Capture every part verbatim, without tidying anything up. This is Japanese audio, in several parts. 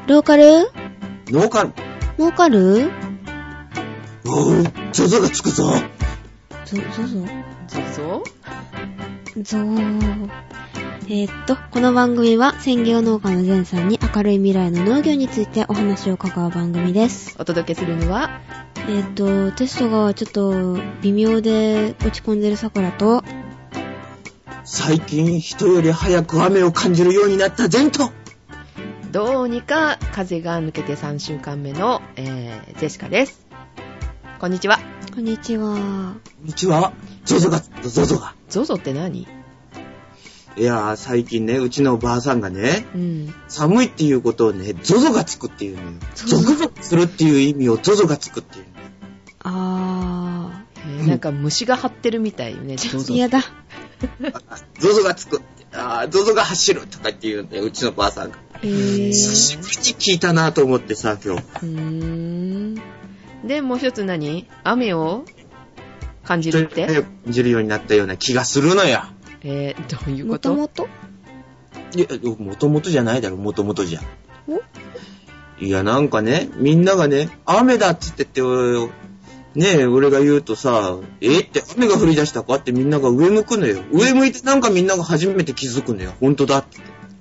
ローカルノーカルノーカルおー、ゾゾがつくぞ。 ゾ、ゾゾゾゾゾー。えー、っと、この番組は専業農家のゼンさんに明るい未来の農業についてお話を伺う番組です。 お届けするのは、 えー、っと、テストがちょっと微妙で落ち込んでるさくらと、 最近人より早く雨を感じるようになったゼンと、 どうにか風が抜けてさんしゅうかんめの、えー、ジェシカです。こんにちは。 こんにちは。 こんにちは。ゾゾが、ゾゾが。 ゾゾって何？ いやー、最近ね、うちのおばあさんがね、 うん、 寒いっていうことをね、ゾゾがつくっていうのよ。ゾゾゾするっていう意味をゾゾがつくっていうの。 あー、えー、なんか虫が張ってるみたいよね、ゾゾ。 嫌だ。 ゾゾがつくって、あー、ゾゾが走るとかっていうんだよ、うちのばあさんが。 へー。 久しぶりに聞いたなと思ってさ、今日。 うーん。で、もう一つ何？雨を感じるって？ 感じるようになったような気がするのよ。 えー、どういうこと？ もともと？ いや、もともとじゃないだろ、もともとじゃ。いや、なんかね、みんながね、雨だって言ってて、ねえ、俺が言うとさ、えって雨が降り出したかってみんなが上向くのよ。上向いてなんかみんなが初めて気づくのよ。本当だって。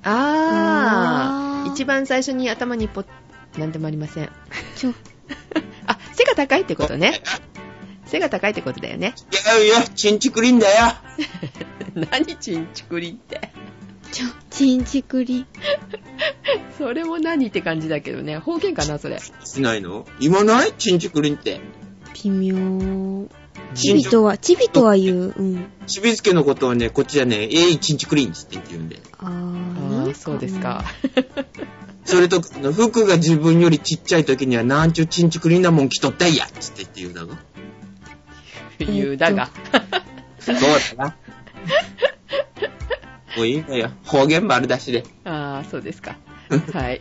あー、一番最初に頭にポッ、なんでもありません。 ちょ。 あ、背が高いってことね。背が高いってことだよね。 いやいや、チンチクリンだよ。 何チンチクリンって。 ちょ、チンチクリン。 それも何って感じだけどね。方言かな、それ。 しないの？言わない？チンチクリンって。 微妙。チビとは、チビとは言う。うん。 チビスケのことはね、こっちはね、えい、チンチクリンって言うんで。 あー、 あー、そうですか。 それと、服が自分よりちっちゃい時には、なんちゅうチンチクリンなもん着とったいやつって言うんだぞ。 言うだが。 そうだな。もういいのよ。方言丸出しで。 ああ、そうですか。はい。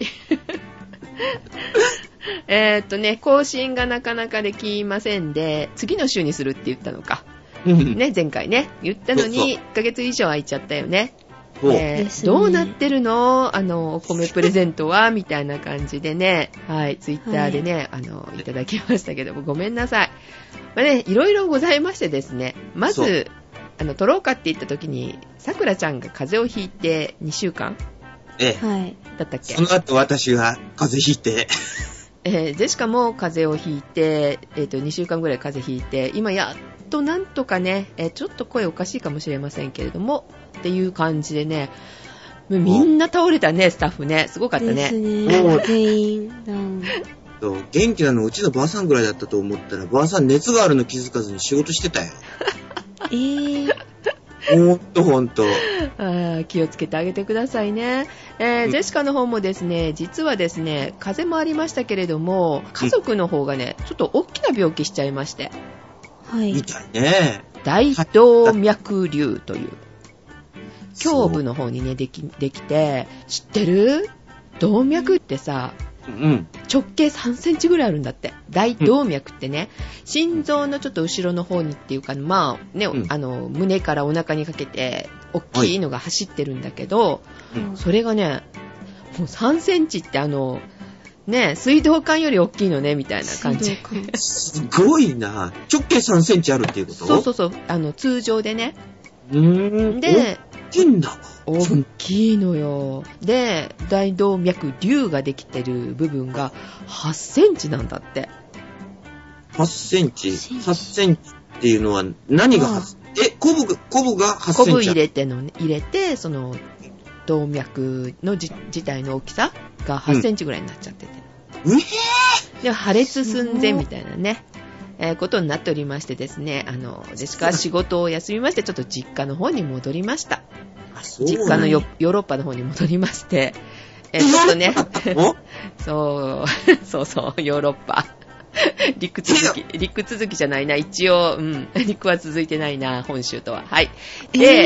えーっとね、更新がなかなかできませんで、次の週にするって言ったのか。ね、前回ね、言ったのにいっかげつ以上空いちゃったよね。えー、どうなってるの？あの、お米プレゼントはみたいな感じでね、はい、ツイッターでね、はい、あの、いただきましたけども、ごめんなさい。まあね、いろいろございましてですね、まず、あの、撮ろうかって言った時に、さくらちゃんが風邪をひいてにしゅうかん？ ええ。 はい。 だったっけ？ その後私が風邪ひいて。 えー、ジェシカも風邪をひいて、えっと、にしゅうかんぐらい風邪ひいて、今やっとなんとかね、えー、ちょっと声おかしいかもしれませんけれども、っていう感じでね、みんな倒れたね、スタッフね。すごかったね。 ですね。全員ダウン。 そう元気なのうちのばあさんぐらいだったと思ったら、ばあさん熱があるの気づかずに仕事してたよ。 えー。 ほんとほんと。 あ、気をつけてあげてくださいね。えーうん、ジェシカの方もですね、実はですね、風邪もありましたけれども、家族の方がね、ちょっと大きな病気しちゃいまして。 はい。 みたいね。 大動脈瘤という。胸部の方にね、でき、できて、知ってる？動脈ってさ、 うん、 直径さんセンチぐらいあるんだって。大動脈ってね、うん、心臓のちょっと後ろの方にっていうか、まあね、うん、あの、胸からお腹にかけて、大きいのが走ってるんだけど、はい、それがね、もうさんセンチってあの、ね、水道管より大きいのね、みたいな感じ。 すごいな。直径さんセンチあるっていうこと？ そうそうそう、あの、通常でね。 うーん。 で、 大きいんだ。 大きいのよ。で、大動脈瘤ができてる部分がはちセンチなんだって。 はちセンチ ?はちセンチっていうのは何がはち、え、コブ、コブがはちセンチ？ コブ入れての、入れて、その、動脈の自体の大きさがはちセンチぐらいになっちゃってて。 うん、えぇ、ー、で、破裂寸前みたいなね。えー、ことになっておりましてですね、あの、ジェシカは仕事を休みまして、ちょっと実家の方に戻りました。実家のヨーロッパの方に戻りまして、えー、ちょっとね、そう、そうそう、ヨーロッパ。陸続き、陸続きじゃないな、一応、うん、陸は続いてないな、本州とは。はい。で、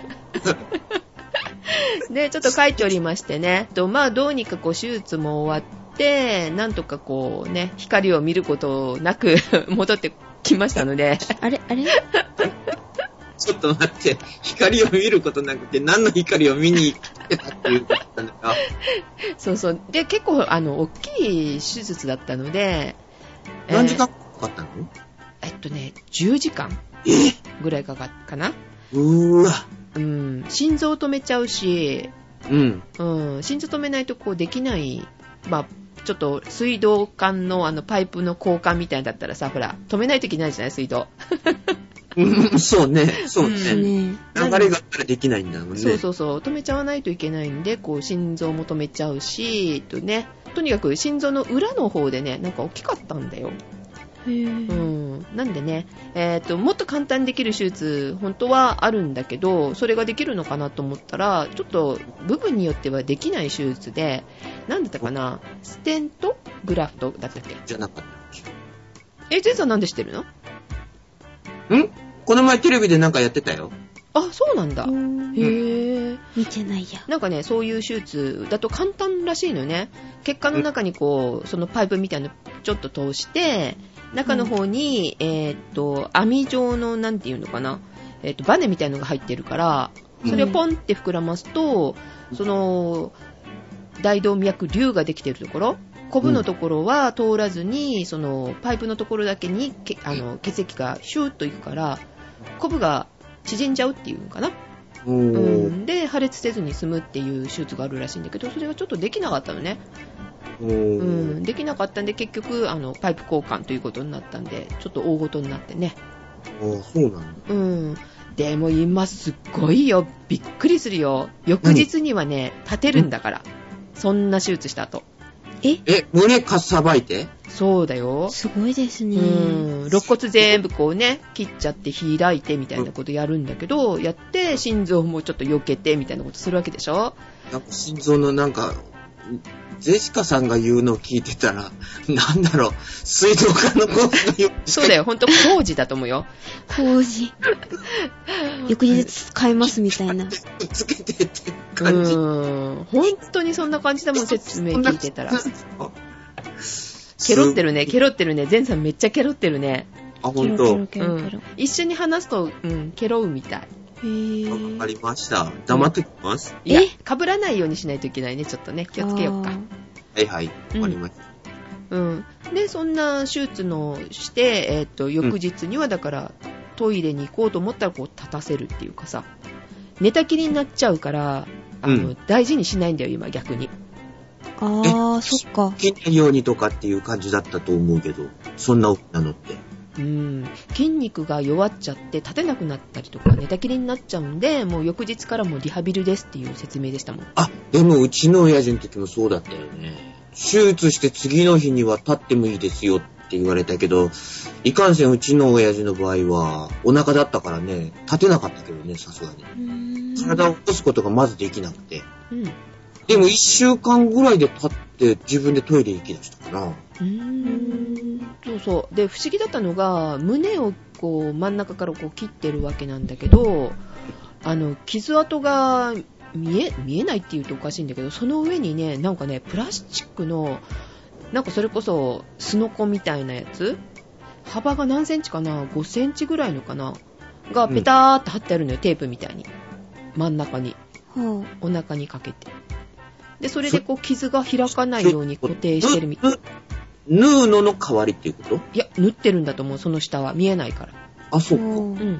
で、ちょっと書いておりましてね、と、まあ、どうにかこう、手術も終わって、なんとかこうね、光を見ることなく戻ってきましたので。 あれあれちょっと待って、光を見ることなくて、何の光を見に行ってたっていうことなんだか。 そうそう。で、結構、あの、大きい手術だったので、 何時間かかったの？ えー、えっとね、じゅうじかんぐらいかかったかな。 うーわ。 うん、心臓止めちゃうし、 うん。 うん、心臓止めないとこうできない、まあ、ちょっと水道管のあのパイプの交換みたいだったらさ、ほら、止めないといけないじゃない水道。 うん、そうね、そうね。 うん、 流れがあったらできないんだもんね。 そうそうそう、止めちゃわないといけないんで、こう心臓も止めちゃうし、とね、とにかく心臓の裏の方でね、なんか大きかったんだよ。 へー、 うん、なんでね、えーと、もっと簡単にできる手術本当はあるんだけど、それができるのかなと思ったら、ちょっと部分によってはできない手術で、なんだったかな、ステントグラフトだったっけ？ じゃなかったっけ？え、ジェイさんなんで知ってるの？ ん？この前テレビでなんかやってたよ。 あ、そうなんだ。へー。見てないや。 なんかね、そういう手術だと簡単らしいのよね。血管の中にこう、そのパイプみたいなのちょっと通して、中の方に、うん、えー、っと、網状の、なんていうのかな、えー、っと、バネみたいのが入ってるから、それをポンって膨らますと、うん、その、大動脈瘤ができてるところ、コブのところは通らずに、その、パイプのところだけに、けあの血液がシューッといくから、コブが縮んじゃうっていうのかな。うん、で、破裂せずに済むっていう手術があるらしいんだけど、それがちょっとできなかったのね。うん、できなかったんで結局あのパイプ交換ということになったんで、ちょっと大ごとになってね。 ああ、そうなんだ。 うん。でも今すっごいよ、びっくりするよ。翌日にはね、立てるんだから。そんな手術した後。 ええ、胸かっさばいて？ そうだよ。 すごいですね。 うん。肋骨全部こうね、切っちゃって開いてみたいなことやるんだけど、うん、やって心臓もちょっと避けてみたいなことするわけでしょ。 なんか心臓のなんか、ジェシカさんが言うのを聞いてたら、なんだろう、水道管の工事のように。 そうだよ、ほんと工事だと思うよ。 工事。翌日使えますみたいな。 つけてって感じ。うーん、ほんとにそんな感じだもん、説明聞いてたら。ケロってるね、ケロってるね。ゼンさんめっちゃケロってるね。 あ、ほんと。 うん。一緒に話すと、うん、ケロうみたい。 へー。 わかりました。黙ってきます。 いや、被らないようにしないといけないね、ちょっとね。気をつけようか。 はいはい。わかりました。 うん。で、そんな手術のして、えっと、翌日にはだから、トイレに行こうと思ったら、こう、立たせるっていうかさ、寝たきりになっちゃうから、あの、うん、大事にしないんだよ、今、逆に。 ああ、そっか。 筋肉ようにとかっていう感じだったと思うけど、そんな大きなのって。 うん、筋肉が弱っちゃって立てなくなったりとか寝たきりになっちゃうんで、もう翌日からもうリハビリですっていう説明でしたもん。 あ、でもうちの親父の時もそうだったよね。手術して次の日には立ってもいいですよって言われたけど、いかんせんうちの親父の場合はお腹だったからね、立てなかったけどね、さすがに。体を起こすことがまずできなくて。うん、でもいっしゅうかんぐらいで立って自分でトイレ行きだしたかな。うーん、そうそう。で、不思議だったのが、胸をこう真ん中からこう切ってるわけなんだけど、あの傷跡が見え見えないっていうとおかしいんだけど、その上にね、なんかね、プラスチックのなんかそれこそスノコみたいなやつ、幅が何センチかな、ごセンチぐらいのかながペターって貼ってあるのよ、うん、テープみたいに真ん中に、はあ、お腹にかけて。で、それでこう傷が開かないように固定してるみたい。 縫うのの代わりっていうこと？ いや、縫ってるんだと思う、その下は見えないから。 あ、そうか。 うん。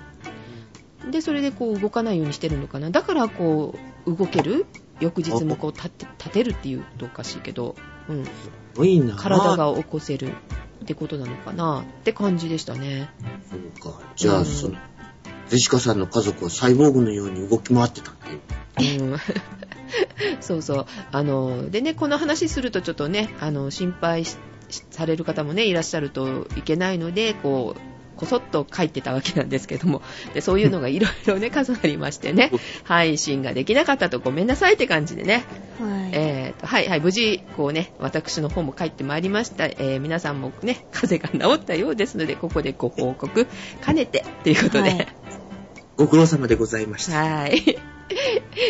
で、それでこう動かないようにしてるのかな。だからこう動ける、翌日もこう立て、立てるっていうとおかしいけど、うん。 すごいな。 体が起こせるってことなのかなって感じでしたね。 そうか。じゃあ、うん、そのジェシカさんの家族はサイボーグのように動き回ってたんだよ。うん。 そうそう。あの、でね、この話するとちょっとね、あの、心配される方もね、いらっしゃるといけないので、こう、こそっと書いてたわけなんですけども、でそういうのがいろいろね、重なりましてね、配信ができなかったとごめんなさいって感じでね、はい、えーと、はいはい、無事、こうね、私の方も帰ってまいりました。えー、皆さんもね、風邪が治ったようですので、ここでご報告兼ねて、ということで、はい、 ご苦労様でございました。 はい。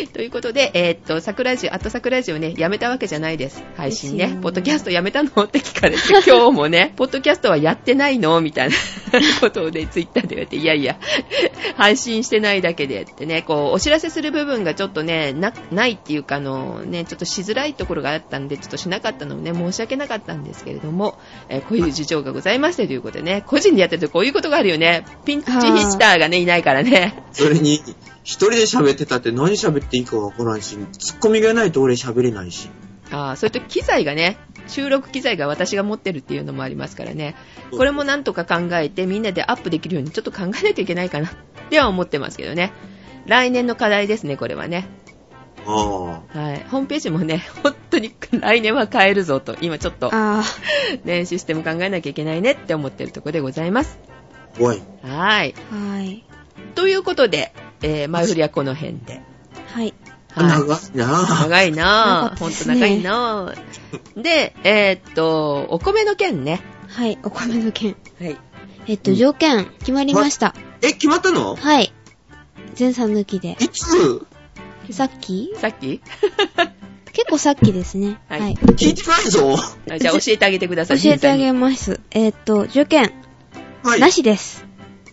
ということで、えー、っと、桜ジオ、あと桜ジオね、やめたわけじゃないです。配信ね。ポッドキャストやめたのって聞かれて、今日もね、ポッドキャストはやってないのみたいなことで、ツイッターで言われて、いやいや、配信してないだけでってね、こう、お知らせする部分がちょっとね、な、ないっていうか、あの、ね、ちょっとしづらいところがあったんで、ちょっとしなかったのもね、申し訳なかったんですけれども、えー、こういう事情がございましてということでね、個人でやってるとこういうことがあるよね。ピンチヒッターがね、いないからね。 それに、一人で喋ってたって何喋っていいかわからんし、ツッコミがないと俺喋れないし。 ああ、それと機材がね、収録機材が私が持ってるっていうのもありますからね。これもなんとか考えてみんなでアップできるようにちょっと考えなきゃいけないかなっては思ってますけどね。来年の課題ですね、これはね。 ああ。 はい。ホームページもね、本当に来年は変えるぞと、今ちょっと、ね、システム考えなきゃいけないねって思ってるところでございます。 おい。 はい。 はい。 ということで、えー、前振りはこの辺で。 はい。 はい、長いなぁ。 長いなぁ。ほんと長いなぁ。で、えー、っと、お米の件ね。 はい、お米の件。 はい。 えっと、条件、決まりました。 え、決まったの？ はい。前さん抜きで。 いつ？ さっき？ さっき結構さっきですね。 はい。 はい、 聞いてないぞ。 じゃあ教えてあげてください。 教えてあげます。えー、っと、条件。はい。なしです。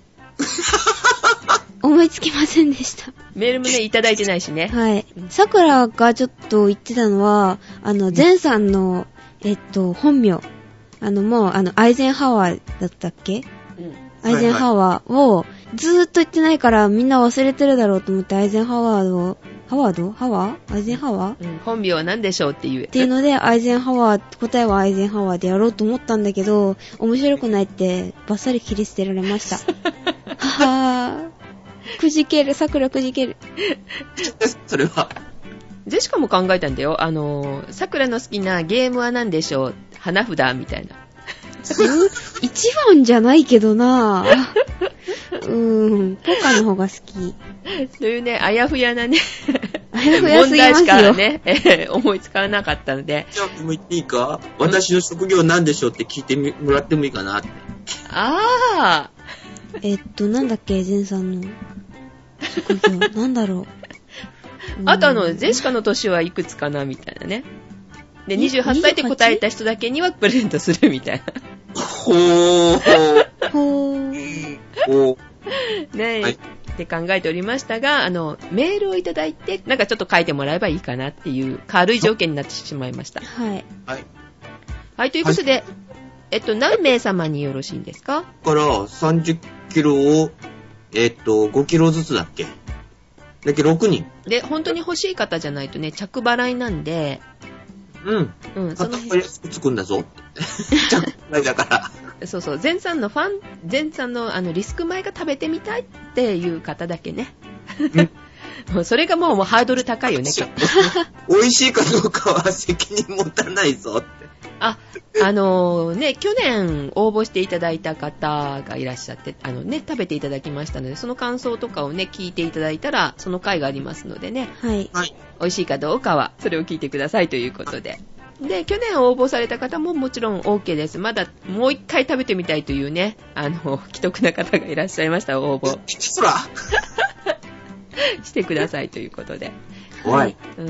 思いつきませんでした。 メールもね、いただいてないしね。 はい。さくらがちょっと言ってたのは、あの、前さんの、えっと、本名。あの、もう、あの、アイゼンハワーだったっけ？うん。アイゼンハワーを、ずーっと言ってないから、みんな忘れてるだろうと思って、アイゼンハワーを、ハワード？ハワー？アイゼンハワー？ うん。本名は何でしょうっていう。 っていうので、アイゼンハワー、答えはアイゼンハワーでやろうと思ったんだけど、面白くないって、バッサリ切り捨てられました。はぁー。くじける、桜くじける。 それは。 ジェシカも考えたんだよ。あの、桜の好きなゲームは何でしょう？花札みたいな。 一番じゃないけどなぁ。うーん、ポカの方が好き。 というね、あやふやなね、 あやふやすぎますよ。問題しかね、えー、思いつかなかったので。 じゃあ、もう言っていいか？私の職業何でしょうって聞いてもらってもいいかなって。 あー。えっと、なんだっけ、ゼンさんの職業。なんだろう。 あとあの、ジェシカの年はいくつかなみたいなね。で、にじゅうはっさいで答えた人だけにはプレゼントするみたいな。 ほー。 ほー。 ほー。ねえ、はい、って考えておりましたが、あの、メールをいただいて、なんかちょっと書いてもらえばいいかなっていう軽い条件になってしまいました。 はい。 はい。 はい、ということで、はい、えっと、何名様によろしいんですか？ だから、さんじゅっキロを、えっと、ごキロずつだっけ？だけどろくにん。 で、本当に欲しい方じゃないとね、着払いなんで、 うん。うん、その辺。安くつくんだぞ。着払いだから。 そうそう、前さんのファン、前さんのあの、リスク米が食べてみたいっていう方だけね。うん、それがもう、もうハードル高いよね、結構。 美味しいかどうかは責任持たないぞって。 あ、あのー、ね、去年応募していただいた方がいらっしゃって、あのね、食べていただきましたので、その感想とかをね、聞いていただいたら、その回がありますのでね。 はい。 美味しいかどうかは、それを聞いてくださいということで。で、去年応募された方ももちろん OK です。まだもう一回食べてみたいというね、あの、既得な方がいらっしゃいました、応募。 そらしてくださいということで。 はい。 うん。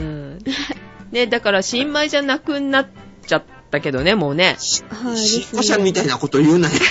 ね、だから新米じゃなくなっちゃったけどね、もうね。 はい。 新米ちゃんみたいなこと言うなよ。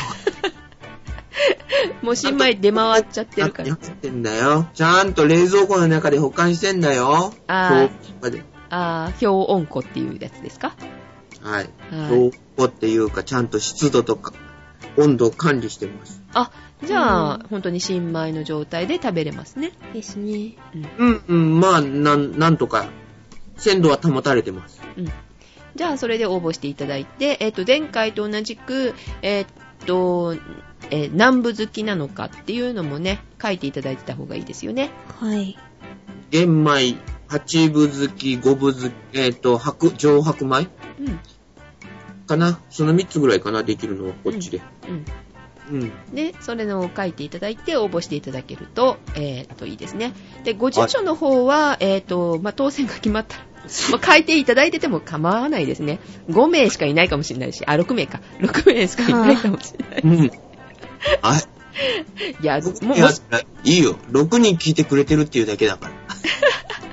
もう新米出回っちゃってるから。 やってんだよ。ちゃんと冷蔵庫の中で保管してんだよ。 ああ。ああ、氷温庫っていうやつですか？ はい。氷庫っていうか、ちゃんと湿度とか温度を管理してます。 あ、じゃあ、うん、本当に新米の状態で食べれますね。 ですね。 うん、うん、うん、まあ、なん、なんとか、鮮度は保たれてます。 うん。じゃあ、それで応募していただいて、えっと、前回と同じく、えっと、えー、南部好きなのかっていうのもね、書いていただいてた方がいいですよね。 はい。 玄米、八分好き、五分好き、えっと、白、上白米、うん、かな。そのみっつぐらいかな、できるのは、こっちで。うん。うんうん、で、それのを書いていただいて応募していただけると、えー、っといいですね。で、ご住所の方は、えー、っと、まあ、当選が決まったら、まあ、書いていただいてても構わないですね。ご名しかいないかもしれないし、あ、ろくめいか。ろくめいしかいないかもしれない。 うん。あ、 いや、 もう、いいよ。ろくにん聞いてくれてるっていうだけだから。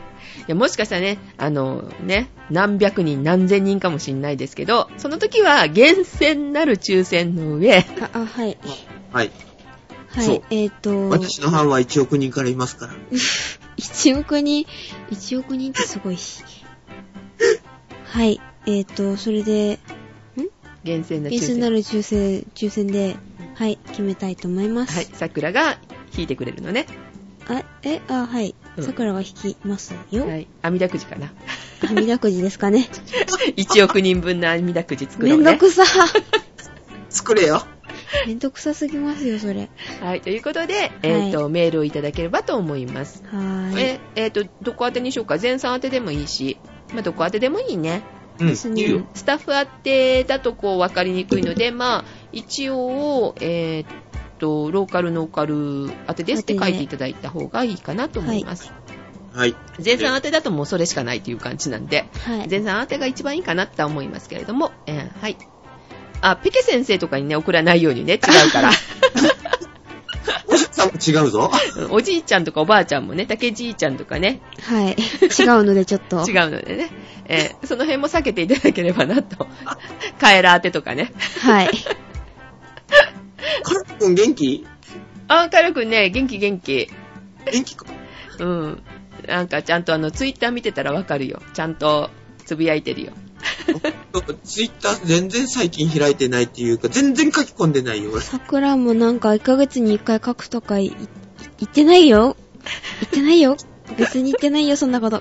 やもしかしたらね、あのね、何百人何千人かもしんないですけど、その時は厳選なる抽選の上、 あ、あはい。 はい。 はい、えっ、ー、と。 私の班はいちおく人からいますから。 いちおく人、いちおく人ってすごいし。はい、えっ、ー、と、それで、ん厳選な抽選。 厳選なる抽選、抽選で、はい、決めたいと思います。 はい、桜が引いてくれるのね。 あ、え、あ、はい。桜が引きますよ。 はい。網だくじかな。 網だくじですかね。 いちおく人分の網だくじ作ろうね。 めんどくさ。 作れよ。 めんどくさすぎますよ、それ。 はい。ということで、えっ、ー、と、はい、メールをいただければと思います。 はい。 え、えっ、ー、と、どこ宛てにしようか。前さん宛てでもいいし、まあ、どこ宛てでもいいね。 うん、ですね。いいよ。 スタッフ宛てだとこう分かりにくいので、まあ、一応、えっ、ー、と、ローカルノーカル宛てですって書いていただいた方がいいかなと思います。 はい。 前さん宛てだともうそれしかないという感じなんで、はい、前さん宛てが一番いいかなって思いますけれども、えー、はい。あ、ペケ先生とかにね、送らないようにね、違うから。 おじいちゃんも違うぞ。 おじいちゃんとかおばあちゃんもね、竹じいちゃんとかね。 はい。違うのでちょっと。 違うのでね。えー、その辺も避けていただければなと。カエラ宛てとかね。 はい。 カルくん元気？ あ、カルくんね、元気元気。 元気か？ うん。なんかちゃんとあの、ツイッター見てたらわかるよ。ちゃんとつぶやいてるよ。 ツイッター全然最近開いてないっていうか、全然書き込んでないよ。 桜もなんかいっかげつにいっかい書くとか言ってないよ。言ってないよ。別に言ってないよ、そんなこと。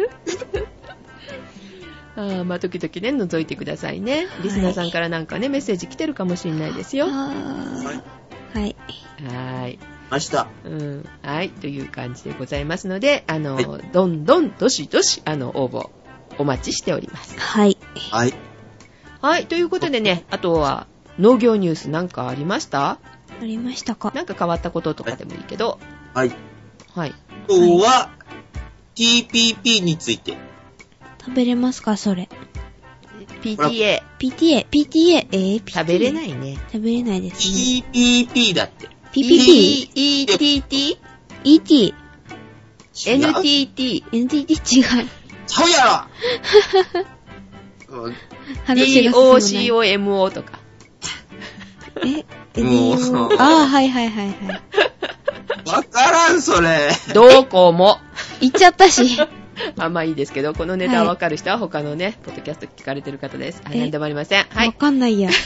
あまあ、時々ね、覗いてくださいね。リスナーさんからなんかね、メッセージ来てるかもしれないですよ。 はい。はい。 はい。 明日。 うん。はい。という感じでございますので、あの、はい、どんどん、どしどし、あの、応募、お待ちしております。 はい。 はい。 はい。ということでね、あとは、農業ニュースなんかありました？ ありましたか？ なんか変わったこととかでもいいけど。 はい。 はい。 今日は、ティーピーピー について。 食べれますか、それ。 ピーティーエー。 ピーティーエー、ピーティーエー、えー、 食べれないね。 食べれないですね。 ティーピーピー だって。 ピーピーピー？ イーティーティー？ イーティー。 エヌティーティー。 エヌティーティー違う。 そうやろディーオーシーオーエムオー とか。 え、ディーオー、ああ、はいはいはいはい。 わからん、それ。 どこも。 言っちゃったし。 あんまあいいですけど、このネタわかる人は他のね、ポッドキャスト聞かれてる方です。はい、なんでもありません。はい。 わかんないや。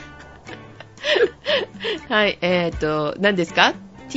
はい、えーと、何ですか？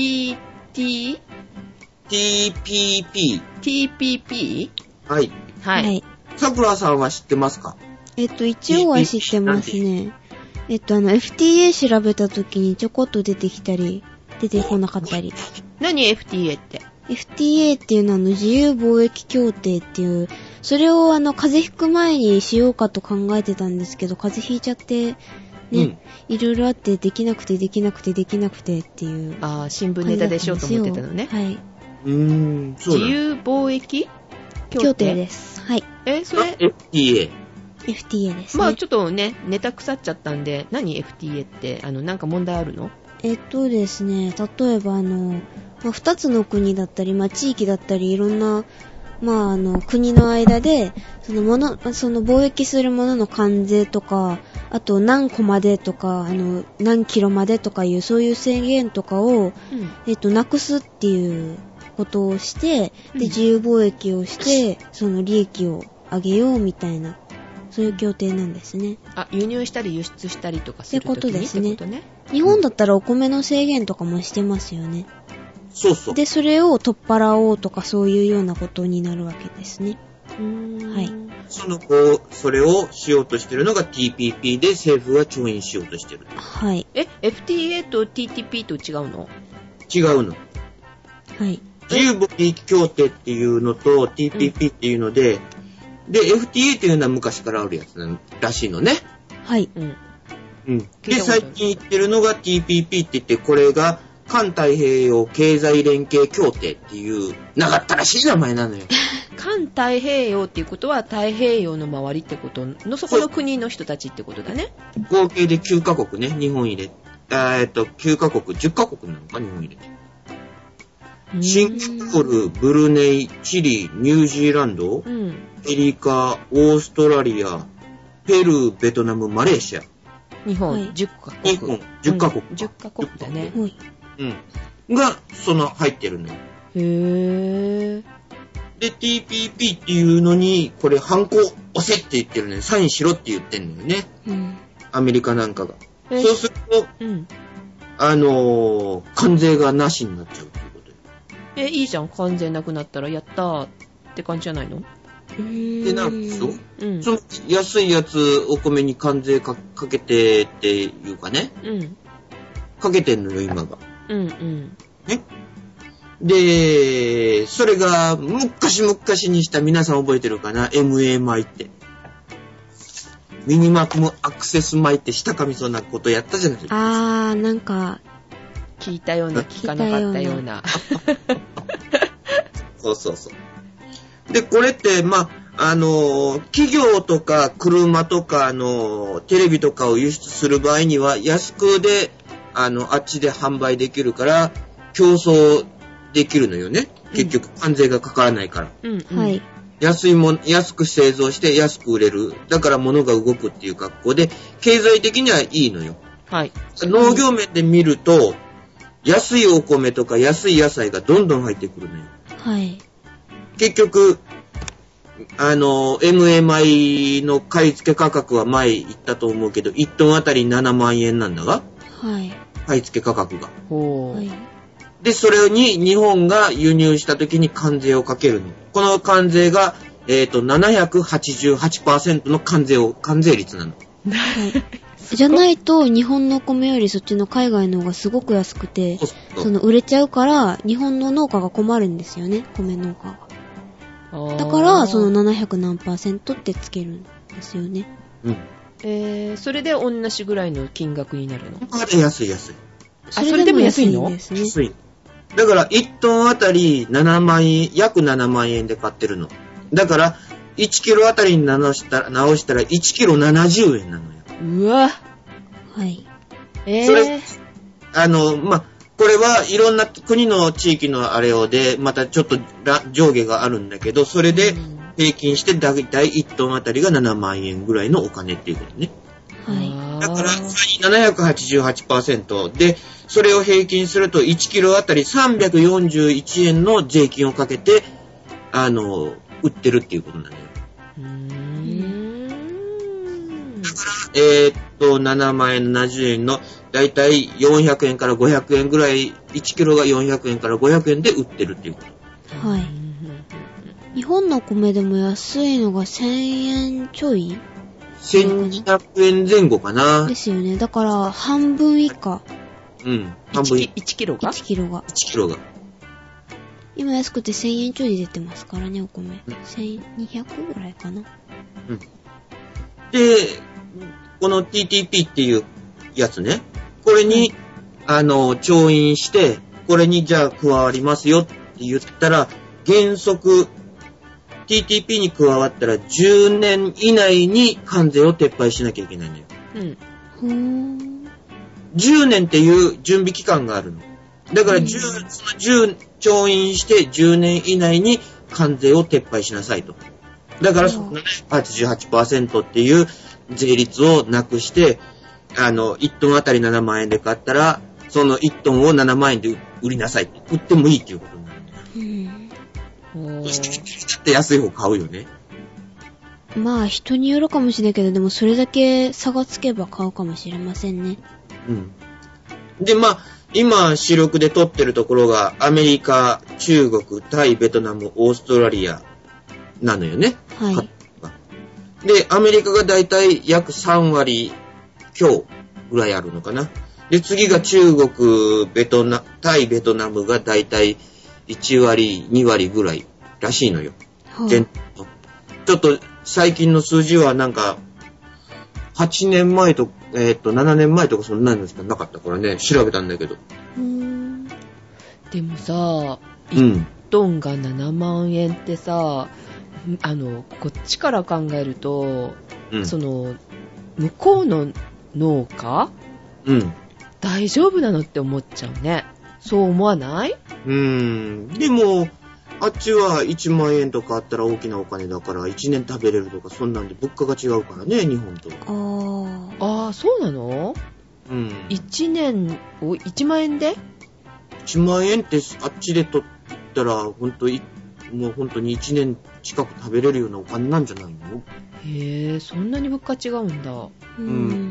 T、T？ ティーピーピー。 ティーピーピー？ はい。 はい。 さくらさんは知ってますか？ えっと、一応は知ってますね。えっと、あの、エフティーエー 調べた時にちょこっと出てきたり、出てこなかったり。 何 エフティーエー って？ エフティーエー っていうのはあの自由貿易協定っていう、それをあの風邪ひく前にしようかと考えてたんですけど、風邪ひいちゃって、ね、うん、いろいろあってできなくてできなくてできなくてっていう。 ああ、新聞ネタでしようと思ってたのね。 はい。 うーん、そう自由貿易協定です。はい。 え、それエフティーエー。 エフティーエー ですね。 まあちょっとね、ネタ腐っちゃったんで、何 エフティーエー って、あの、なんか問題あるの？ えっとですね、例えばあの、まあ、二つの国だったり、まあ、地域だったり、いろんな、まあ、あの、国の間で、そのもの、その貿易するものの関税とか、あと何個までとか、あの、何キロまでとかいう、そういう制限とかを、うん、えっと、なくすっていうことをして、で、自由貿易をして、その利益を上げようみたいな、そういう協定なんですね。 あ、輸入したり輸出したりとかするときにってことですね。ってことね。 日本だったらお米の制限とかもしてますよね。 そうそう。 で、それを取っ払おうとかそういうようなことになるわけですね。 うーん。 はい。 その、こう、それをしようとしてるのが ティーピーピー で政府は調印しようとしてる。 はい。 え、エフティーエー と ティーティーピー と違うの？ 違うの。 はい。 自由貿易協定っていうのと ティーピーピー っていうので、うん、で、エフティーエー っていうのは昔からあるやつらしいのね。 はい。 うん。うん。で、最近言ってるのが ティーピーピー って言って、これが、環太平洋経済連携協定っていう長ったらしい名前なのよ。 環太平洋っていうことは太平洋の周りってことのそこの国の人たちってことだね。 合計できゅうカ国ね、日本入れ。えーっと、きゅうカ国、じゅっカ国なのか、日本入れて。 シンガポール、ブルネイ、チリ、ニュージーランド、うん、アメリカ、オーストラリア、ペルー、ベトナム、マレーシア。 日本、はい、じゅっかこく。 日本、じゅっかこく、 うん。じゅっかこくだね。 うん。が、その、入ってるのよ。 へー。 で、ティーピーピー っていうのに、これ、ハンコ押せって言ってるのよ。サインしろって言ってんのよね。うん。アメリカなんかが。そうすると、うん、あのー、関税がなしになっちゃうっていうことよ。 え、いいじゃん。関税なくなったら、やったーって感じじゃないの？ で、なんでしょ、うん、その安いやつお米に関税 か, かけてっていうかね、うん、かけてんのよ今が、うんうんね、でそれが昔々にした皆さん覚えてるかな エムエー 米ってミニマクムアクセス米って下噛みそうなことやったじゃないですか。 あーなんか聞いたような聞かなかったようなそうそうそう。で、これって、まあ、あの、企業とか車とか、あの、テレビとかを輸出する場合には、安くで、あの、あっちで販売できるから、競争できるのよね。結局、関税がかからないから。うんうん、はい。安いもん、安く製造して安く売れる。だから物が動くっていう格好で、経済的にはいいのよ。はい。農業面で見ると、安いお米とか安い野菜がどんどん入ってくるのよ。はい。結局、あの、エムエー 米の買い付け価格は前言ったと思うけど、いちトンあたりななまんえんなんだが、はい。買い付け価格が。はい。で、それに日本が輸入した時に関税をかけるの。この関税が、えっと、ななひゃくはちじゅうはちパーセント の関税を、関税率なの。 はい。じゃないと、日本の米よりそっちの海外の方がすごく安くて、そうそうその売れちゃうから、日本の農家が困るんですよね、米農家が。だから、そのななひゃくなんパーセントってつけるんですよね。 うん。えー、それで同じぐらいの金額になるの？ あれ安い安い。 あ、それでも安いの？ 安い。だから、いちトンあたりななまんえん、約ななまんえんで買ってるの。だから、いちキロあたりに直したら、直したらいちキロななじゅうえんなのよ。 うわ。 はい。 えー。それ、あの、ま、これはいろんな国の地域のあれをで、またちょっと上下があるんだけど、それで平均してだいたいいちトンあたりがななまんえんぐらいのお金っていうことね。はい。だから、ななひゃくはちじゅうはちパーセント で、それを平均するといちキロあたりさんびゃくよんじゅういちえんの税金をかけて、あの、売ってるっていうことなんだよ。うーん。だから、えー、っと、ななまんえん、ななじゅうえんの、だいたいよんひゃくえんからごひゃくえんぐらい、いちキロがよんひゃくえんからごひゃくえんで売ってるっていうこと。はい。 日本の米でも安いのがせんえんちょいせんにひゃくえんぜん後かな。 ですよね。だから、半分以下。 うん。半分以下。 いちキロが ?いちキロが。 いちキロが。 今安くてせんえんちょいで出てますからね、お米。うん、せんにひゃくぐらいかな。 うん。で、この ティーティーピー っていうやつね。これに、うん、あの、調印して、これにじゃあ加わりますよって言ったら、原則、ティーティーピー に加わったらじゅうねん以内に関税を撤廃しなきゃいけないのよ。うん。じゅうねんっていう準備期間があるの。だからじゅう、そのじゅう調印してじゅうねん以内に関税を撤廃しなさいと。だからその はちじゅうはちパーセント っていう税率をなくして、あの、いちトンあたりななまんえんで買ったら、そのいちトンをななまんえんで売りなさいって。売ってもいいっていうことになるんだよ。うん。そしてだって安い方買うよね。 まあ人によるかもしれないけど、でもそれだけ差がつけば買うかもしれませんね。 うん。で、まあ、今主力で取ってるところがアメリカ、中国、タイ、ベトナム、オーストラリアなのよね。はい。で、アメリカがだいたい約さんわり強ぐらいあるのかな。で、次が中国、ベトナム、タイ、ベトナムがだいたいいちわり、にわりぐらいらしいのよ。はい。ちょっと最近の数字はなんか、はちねんまえと、えっと、ななねんまえとかそんなのしかなかったからね、調べたんだけど。うーん。でもさ、いちトンがななまんえんってさ、あの、こっちから考えると、うん、その、向こうの農家、うん、大丈夫なのって思っちゃうね。 そう思わない？ うーん。でも、あっちはいちまんえんとかあったら大きなお金だからいちねん食べれるとか、そんなんで物価が違うからね、日本と。 ああ。ああ、そうなの？ うん。 いちねんをいちまんえんで？ いちまんえんってあっちでと言ったら、ほんとい、もうほんとにいちねん近く食べれるようなお金なんじゃないの？ へえ、そんなに物価違うんだ。 うん。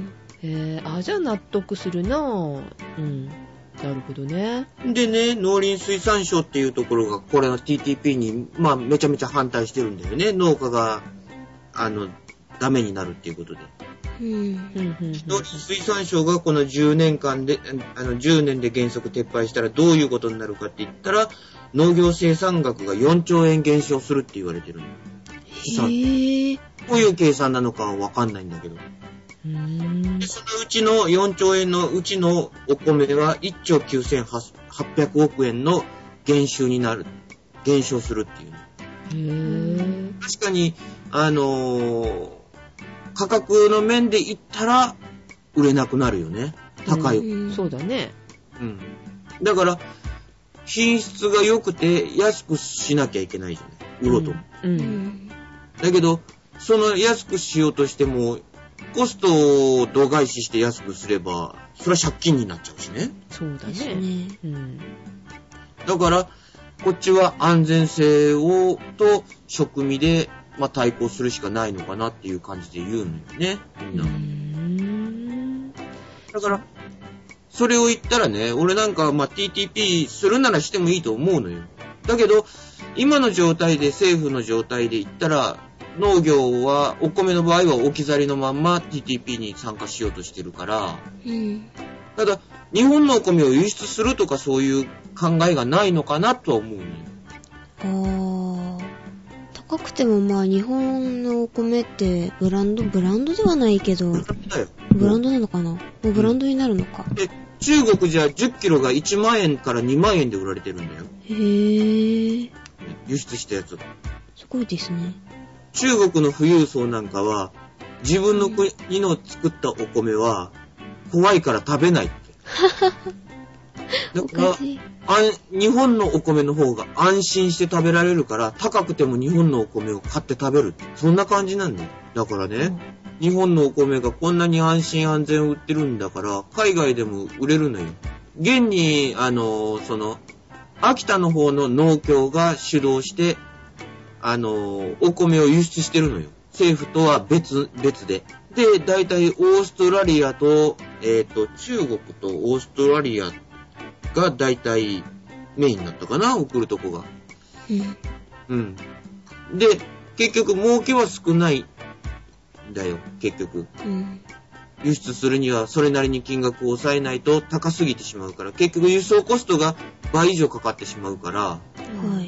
へえ、あ、じゃあ納得するなぁ。うん。なるほどね。 でね、農林水産省っていうところが、これの ティーティーピー に、まあ、めちゃめちゃ反対してるんだよね。農家が、あの、ダメになるっていうことで。 うん。 農林水産省がこのじゅうねんかんで、あの、じゅうねんで原則撤廃したらどういうことになるかって言ったら、農業生産額がよんちょうえん減少するって言われてるの。 へぇー。 どういう計算なのかはわかんないんだけど。 うーん、 でそのうちのよんちょうえんのうちのお米はいっちょうきゅうせんはっぴゃくおくえんの減収になる。減少するっていう。 へぇー。 確かに、あのー、価格の面で言ったら売れなくなるよね。高い。 うん、そうだね。 うん。だから、品質が良くて安くしなきゃいけないじゃない。売ろうと。 うん。うん、 だけど、その安くしようとしても、コストを度外視して安くすれば、それは借金になっちゃうしね。 そうだね。 ね、 うん、 だから、こっちは安全性を、と、食味で、まあ、対抗するしかないのかなっていう感じで言うのよね。みんな。うーん、だから、それを言ったらね、俺なんか、まあ、ティーティーピー するならしてもいいと思うのよ。だけど、今の状態で、政府の状態で言ったら、農業は、お米の場合は置き去りのまんま ティーティーピー に参加しようとしてるから、 うん、 ただ、日本のお米を輸出するとかそういう考えがないのかなとは思うね。 あー、高くてもまあ日本のお米ってブランド、ブランドではないけど、ブランドなのかな？もうブランドになるのか。 で、中国じゃじゅっキロがいちまんえんからにまんえんで売られてるんだよ。 へー。 輸出したやつ。 すごいですね。 中国の富裕層なんかは、自分の国の作ったお米は、怖いから食べないって。だからあ日本のお米の方が安心して食べられるから、高くても日本のお米を買って食べるって。そんな感じなんだよ。だからね、うん、日本のお米がこんなに安心安全売ってるんだから、海外でも売れるのよ。現に、あの、その、秋田の方の農協が主導して、あの、お米を輸出してるのよ。政府とは別、別で。で、だいたいオーストラリアと、えっと、中国とオーストラリアがだいたいメインだったかな、送るとこが。うん。うん。で、結局儲けは少ないんだよ、結局。うん。輸出するにはそれなりに金額を抑えないと高すぎてしまうから、結局輸送コストが倍以上かかってしまうから、はい。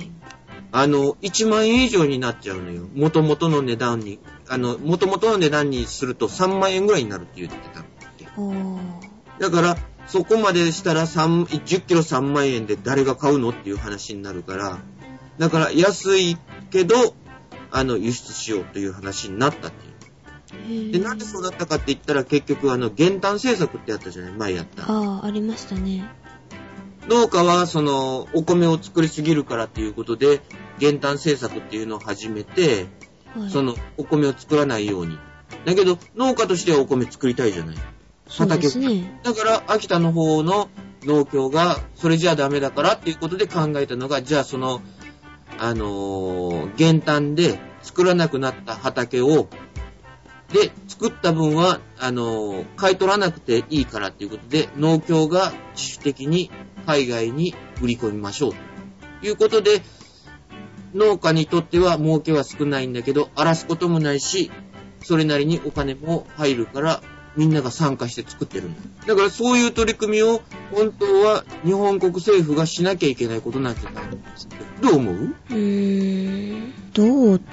あの、いちまんえん以上になっちゃうのよ。元々の値段に。あの、元々の値段にするとさんまんえんぐらいになるって言ってたって。だから、そこまでしたらじゅっキロさんまんえんで誰が買うのっていう話になるから、だから安いけど、あの、輸出しようという話になったっていう。で、なんでそうだったかって言ったら結局あの、減反政策ってあったじゃない、前やった。 ああ、ありましたね。 農家はそのお米を作りすぎるからっていうことで減反政策っていうのを始めて、はい、そのお米を作らないように。だけど農家としてはお米作りたいじゃない。畑を。そうですね。だから秋田の方の農協がそれじゃダメだからっていうことで考えたのが、じゃあそのあのー、減反で作らなくなった畑をで作った分はあのー、買い取らなくていいからっていうことで農協が自主的に海外に売り込みましょうということで、農家にとっては儲けは少ないんだけど荒らすこともないし、それなりにお金も入るからみんなが参加して作ってるんだ。だからそういう取り組みを本当は日本国政府がしなきゃいけないことなんじゃないんですけど、どう思う？うーん、どうって、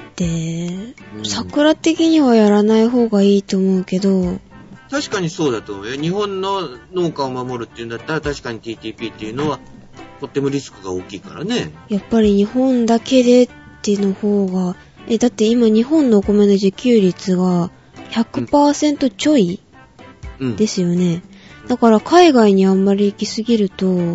桜的にはやらない方がいいと思うけど、 確かにそうだと思うよ。日本の農家を守るっていうんだったら確かに ティーティーピー っていうのはとってもリスクが大きいからね。 やっぱり日本だけでっていうの方が、え、だって今日本のお米の自給率が ひゃくパーセント ちょい、うん、ですよね。だから海外にあんまり行きすぎると、うん、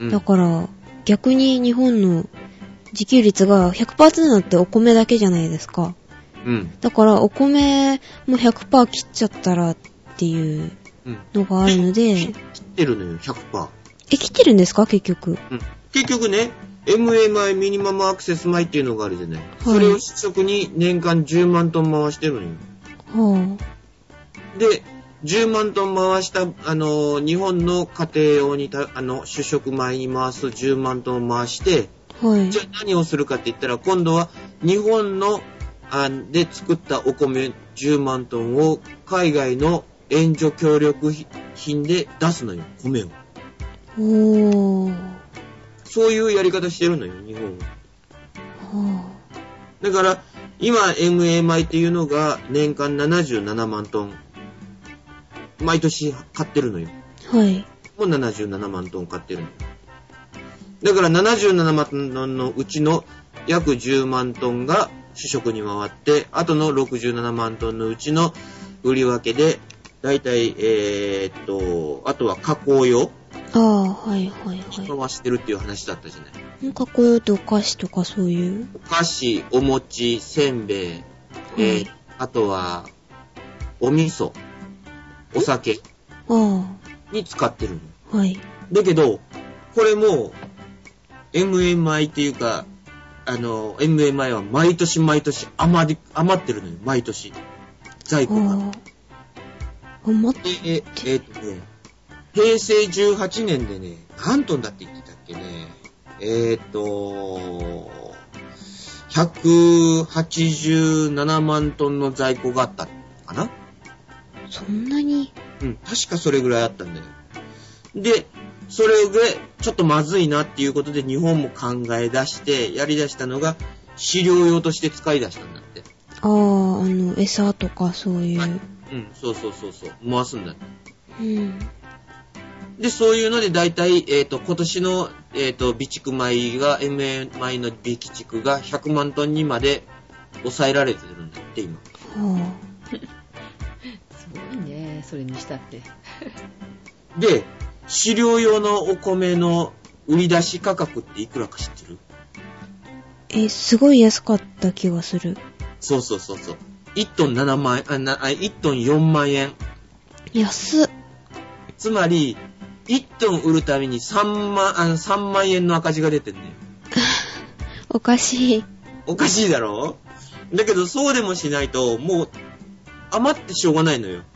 うん、だから、逆に日本の自給率が ひゃくパーセント になってお米だけじゃないですか。うん。だから、お米も ひゃくパーセント 切っちゃったらっていうのがあるので。 うん、切ってるのよ、ひゃくパーセント。 え、切ってるんですか結局。 うん。結局ね、エムエー 米、ミニマムアクセス米っていうのがあるじゃない。はい、それを主食に年間じゅうまんトン回してるのよ。はあ、で、じゅうまんトン回した、あの、日本の家庭用にた、あの、主食米に回すじゅうまんトン回して、はい、じゃあ何をするかって言ったら、今度は日本の、あで作ったお米じゅうまんトンを海外の援助協力品で出すのよ、米を。おー。そういうやり方してるのよ、日本は。はあ、だから、今 エムエー 米っていうのが年間ななじゅうななまんトン。毎年買ってるのよ。はい。もうななじゅうななまんトン買ってるの。だからななじゅうななまんトンのうちの約じゅうまんトンが主食に回って、あとのろくじゅうななまんトンのうちの売り分けで、だいたい、えー、っと、あとは加工用。ああ、はいはいはい。回してるっていう話だったじゃない。 加工用ってお菓子とかそういう？ お菓子、お餅、せんべい、はい、えー、あとは、お味噌。お酒に使ってるの。はい。だけど、これも、エムエー 米っていうか、あの、エムエー 米は毎年毎年余り、余ってるのよ、毎年。在庫が。余ってえ、ええー、っとね、平成じゅうはちねんでね、何トンだって言ってたっけね。えー、っと、ひゃくはちじゅうななまんトンの在庫があったかな。 そんなに？ うん、確かそれぐらいあったんだよ。で、それでちょっとまずいなっていうことで日本も考え出してやり出したのが飼料用として使い出したんだって。 ああ、あの餌とかそういう。はい、 うん、そうそうそうそう、回すんだって。うん。で、そういうので大体えっ、ー、と今年のえっ、ー、と備蓄米が エムエー 米の備蓄がひゃくまんトンにまで抑えられてるんだって今。はあ。 すごいね、それにしたって。 で、飼料用のお米の売り出し価格っていくらか知ってる？ え、すごい安かった気がする。 そうそうそうそう。いちトンななまん円、あ、な、いちトンよんまんえん。 安っ。 つまり、いちトン売るためにさんまん、あのさんまん円の赤字が出てんね。 おかしい。 おかしいだろ？だけどそうでもしないと、もう、余ってしょうがないのよ。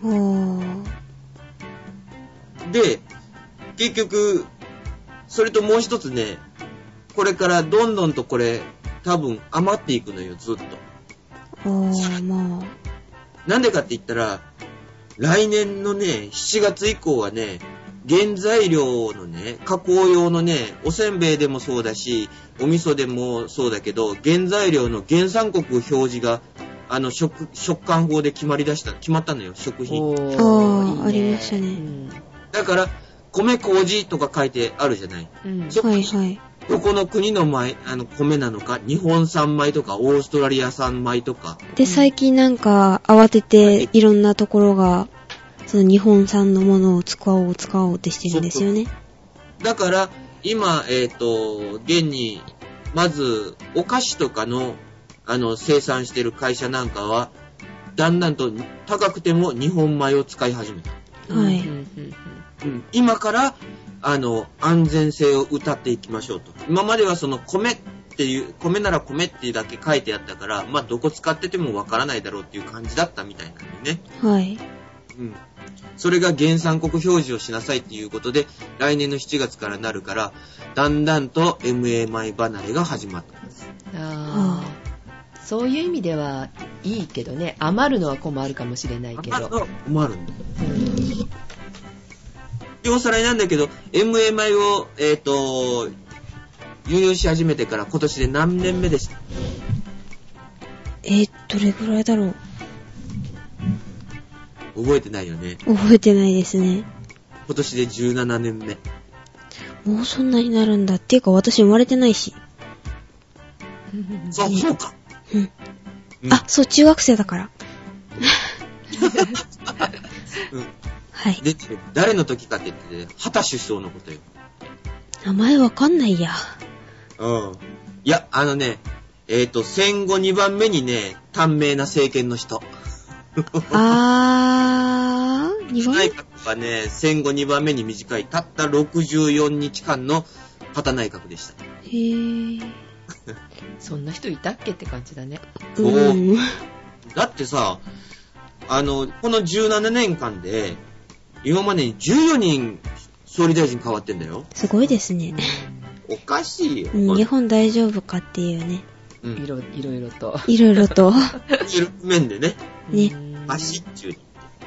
で、結局、それともう一つね、これからどんどんとこれ、多分余っていくのよ、ずっと。あー、まあ。なんでかって言ったら、来年のね、しちがつ以降はね、原材料のね、加工用のね、おせんべいでもそうだし、お味噌でもそうだけど、原材料の原産国表示が、あの、食、食感法で決まり出した、決まったのよ、食品。 ああ、ありましたね。 だから、米麹とか書いてあるじゃない。うん、そこに、はいはい、どこの国の米、あの、米なのか、日本産米とか、オーストラリア産米とか。 で、最近なんか、慌てて、いろんなところが、その日本産のものを使おう、使おうってしてるんですよね。 だから、今、えっと、現に、まず、お菓子とかの、あの、生産してる会社なんかは、だんだんと高くても日本米を使い始めた。はい。うん、今から、あの、安全性を謳っていきましょうと。今まではその米っていう、米なら米っていうだけ書いてあったから、まあ、どこ使っててもわからないだろうっていう感じだったみたいなんでね。はい。うん。それが原産国表示をしなさいっていうことで、来年のしちがつからなるから、だんだんと エムエー 米離れが始まったんです。ああ。そういう意味ではいいけどね、余るのは困るかもしれないけど。余るのは困るんだよ。で、おさらいなんだけど、エムエー 米を、えっと、輸入し始めてから今年で何年目でした？ えー、どれぐらいだろう？覚えてないよね。 覚えてないですね。 今年でじゅうななねんめ。 もうそんなになるんだ。っていうか私生まれてないし。 そう、そうか。 うん。うん、あ、そう、中学生だから。 うん、はい。で、誰の時かって言って、畑首相のことよ。 名前わかんないや。 うん。いや、あのね、えっと、戦後にばんめにね、短命な政権の人。 あー、にばんめ？ 内閣はね、戦後にばんめに短い、たったろくじゅうよっかんの旗内閣でした。 へー。 そんな人いたっけって感じだね。 そう。うん、だってさ、あの、このじゅうななねんかんで、今までにじゅうよにん総理大臣変わってんだよ。 すごいですね。 おかしいよ。 うん、日本大丈夫かっていうね。 うん、いろいろいろと。 いろいろと。 いろ面でね。 ね。 足っちゅうに。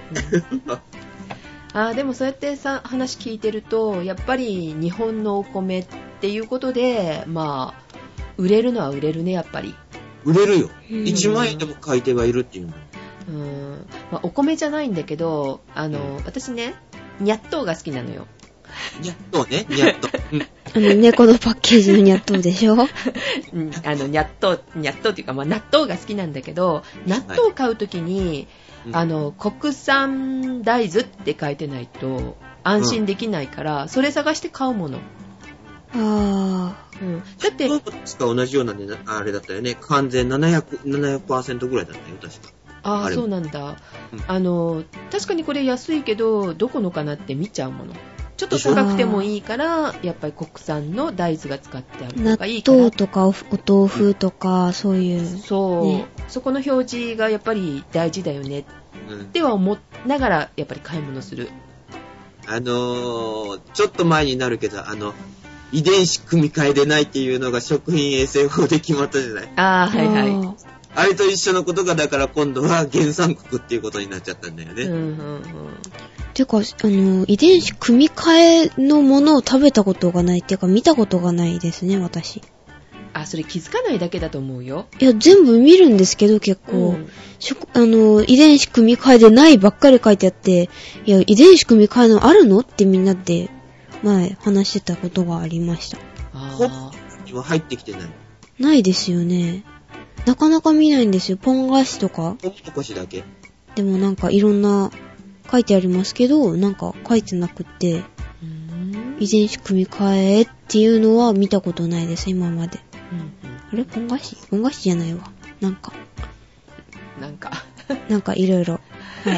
あ、でもそうやってさ、話聞いてると、やっぱり日本のお米っていうことで、まあ、売れるのは売れるね、やっぱり。 売れるよ。いちまんえんでも買い手がいるっていうの。 うーん、まあ、お米じゃないんだけど、あの、うん、私ね、ニャットウが好きなのよ。 ニャットウね、ニャットウ。うん、 あの、猫のパッケージのニャットウでしょ。 うん、あの、ニャットウ、ニャットウっていうか、まあ、納豆が好きなんだけど、納豆を買うときに、はい、あの、国産大豆って書いてないと安心できないから、うん、それ探して買うもの。 ああ。 うん。だって、 納豆と同じようなね、あれだったよね。完全ななひゃく、ななひゃくパーセント ぐらいだったよ、確か。 ああ、そうなんだ、うん。あの、確かにこれ安いけど、どこのかなって見ちゃうもの。ちょっと高くてもいいから、やっぱり国産の大豆が使ってあるのがいいから。 納豆とかお豆腐とか、うん、そういう。 そう、ね。そこの表示がやっぱり大事だよね。うん、っては思いながら、やっぱり買い物する。 あのー、ちょっと前になるけど、あの、遺伝子組み換えでないっていうのが食品衛生法で決まったじゃない。 ああ、はいはい。 あれと一緒のことが、だから今度は原産国っていうことになっちゃったんだよね。うんうんうん。 てか、あの、遺伝子組み換えのものを食べたことがないっていうか、見たことがないですね、私。 あ、それ気づかないだけだと思うよ。 いや、全部見るんですけど、結構。うん、あの、遺伝子組み換えでないばっかり書いてあって、いや、遺伝子組み換えのあるのってみんなで、前話してたことがありました。 ああ。には入ってきてない。 ないですよね。なかなか見ないんですよ。ポン菓子とか。 ポン菓子だけ。 でもなんかいろんな書いてありますけど、なんか書いてなくって、うーん、遺伝子組み換えっていうのは見たことないです、今まで。うんうん、あれポン菓子ポン菓子じゃないわ。なんか。 なんか。 なんかいろいろ。はい。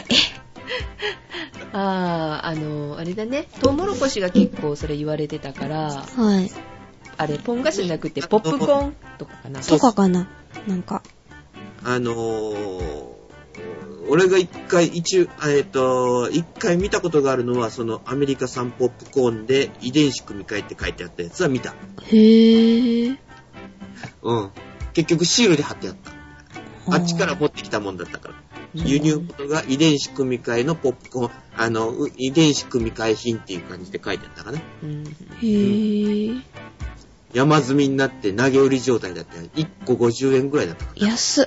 ああ、あの、あれだね。トウモロコシが結構それ言われてたから。 はい。 あれ、ポン菓子じゃなくてポップコーンとかかな。 とかかな。なんか。 あのー、俺が一回、一、えっと、一回見たことがあるのは、そのアメリカ産ポップコーンで遺伝子組み換えって書いてあったやつは見た。 へー。 うん。結局シールで貼ってあった。あっちから持ってきたもんだったから。輸入元が遺伝子組み換えのポップコーン、あの、遺伝子組み換え品っていう感じで書いてあったかな。 うん、へー、うん。 山積みになって投げ売り状態だったよ。いっこごじゅうえんぐらいだったかな。 安っ。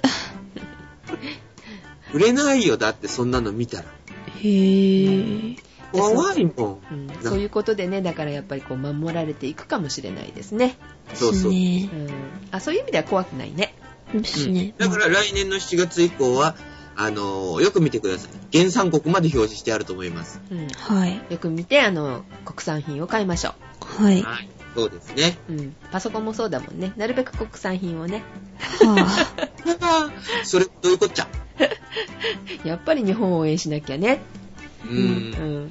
売れないよ、だってそんなの見たら。 へー。 怖いもん、うん。そういうことでね、だからやっぱりこう守られていくかもしれないですね。 そうそう。うん、 あ、そういう意味では怖くないね。 ですね。 うん、だから来年のしちがつ以降は、あのー、よく見てください。原産国まで表示してあると思います。 うん、はい。よく見て、あの、国産品を買いましょう。はい。 はい。そうですね。 うん。パソコンもそうだもんね。なるべく国産品をね。 はあ。それ、どういうこっちゃ。 やっぱり日本を応援しなきゃね。 うーん。うん。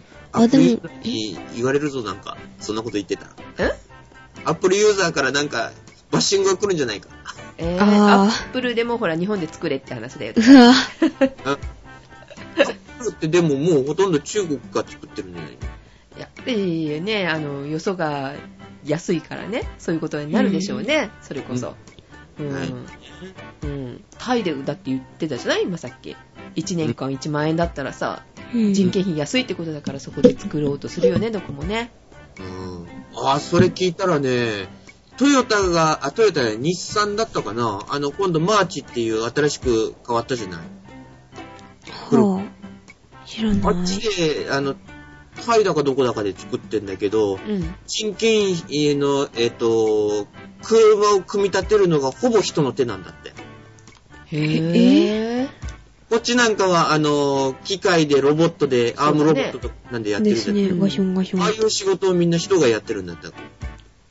あ、でも、言われるぞ、なんか。そんなこと言ってた。 え？ アップルユーザーからなんか、バッシングが来るんじゃないか。 えー、アップルでもほら日本で作れって話だよ。 うわアップルってでももうほとんど中国が作ってるんじゃないの？ やっぱりね、あの、よそが安いからね、そういうことになるでしょうね、うん、それこそ。うん。はい、うん。タイでだって言ってたじゃない今さっき。いちねんかんいちまんえんだったらさ、うん、人件費安いってことだからそこで作ろうとするよね、どこもね。 うん。ああ、それ聞いたらね、トヨタが、あ、トヨタや日産だったかな、あの、今度マーチっていう新しく変わったじゃない。 はあ、知らない。 あっちで、あの、タイだかどこだかで作ってんだけど、うん、人件費の、えっと、車を組み立てるのがほぼ人の手なんだって。 へぇー。 こっちなんかは、あの、機械でロボットで、アームロボットとかなんでやってるじゃないですか。 ですね、ガションガション。 ああいう仕事をみんな人がやってるんだったら。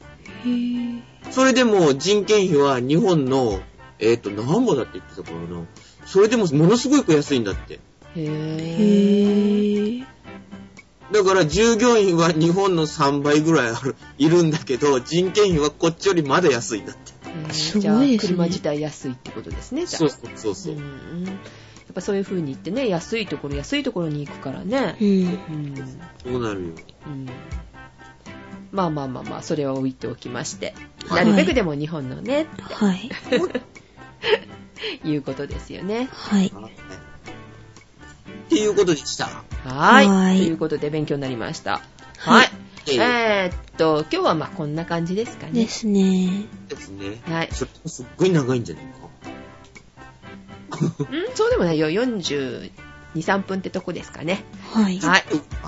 それでも人件費は日本の、えっと、何ぼだって言ってたからな。それでもものすごく安いんだって。 へぇー。 だから従業員は日本のさんばいぐらいある、いるんだけど、人件費はこっちよりまだ安いんだって。 すごいですね。 じゃあ車自体安いってことですね。じゃあそうそうそうそう。うん、 やっぱそういう風に言ってね、安いところ安いところに行くからね。 うん。うん、 そうなるよ。 うん。まあまあまあまあ、それは置いておきまして、はい、なるべくでも日本のねって、 はい、 いうことですよね。 はい。 っていうことでした。 はい。はいということで勉強になりました。はい。はい、えー、っと今日はまあこんな感じですかね。 ですね。 ですね。 はい。 それすっごい長いんじゃないか。 うん、そうでもないよ。よんじゅうに、さんぷんってとこですかね。 はい。 はい。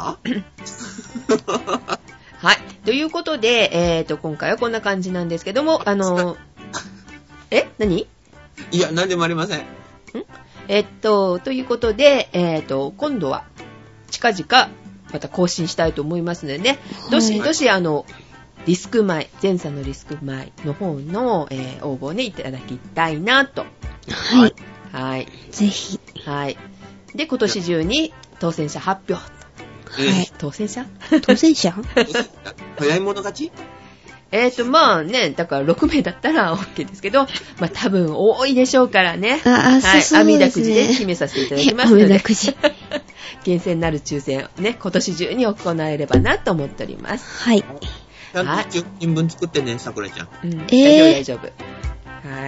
はい。ということで、えーと、今回はこんな感じなんですけども、あの、え何いや、なんでもありません。んえっと、ということで、えーと、今度は、近々、また更新したいと思いますのでね、はい、どしどし、あの、リスク米、前さんのリスク米の方の、えー、応募をね、いただきたいなと。 はい。 はい。 ぜひ。 はい。で、今年中に当選者発表。 はい。 当選者当選者早い者勝ちえーと、まあね、だからろくめいだったら OK ですけど、まあ多分多いでしょうからね。 あ、あ、 はい、 そうですね。 網だくじで決めさせていただきますので。 網だくじ。 厳正なる抽選をね、今年中に行えればなと思っております。 はい。 ちゃんと新聞作ってね、さくらちゃん。 うん、えー、大丈夫、大丈夫。はい。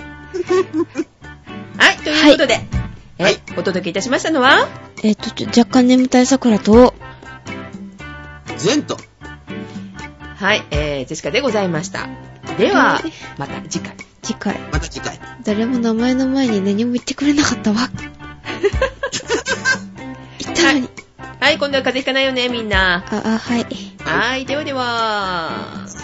はい、ということで、はい、お届けいたしましたのはえっ、ー、と、若干眠たいさくらと、 ゼント。 はい、えー、ジェシカでございました。では、えー、また次回。 次回。 また次回。 誰も名前の前に何も言ってくれなかったわ。言ったのに。 はい、はい、今度は風邪ひかないよね、みんな。 あ、あ、はい。 はい、ではでは。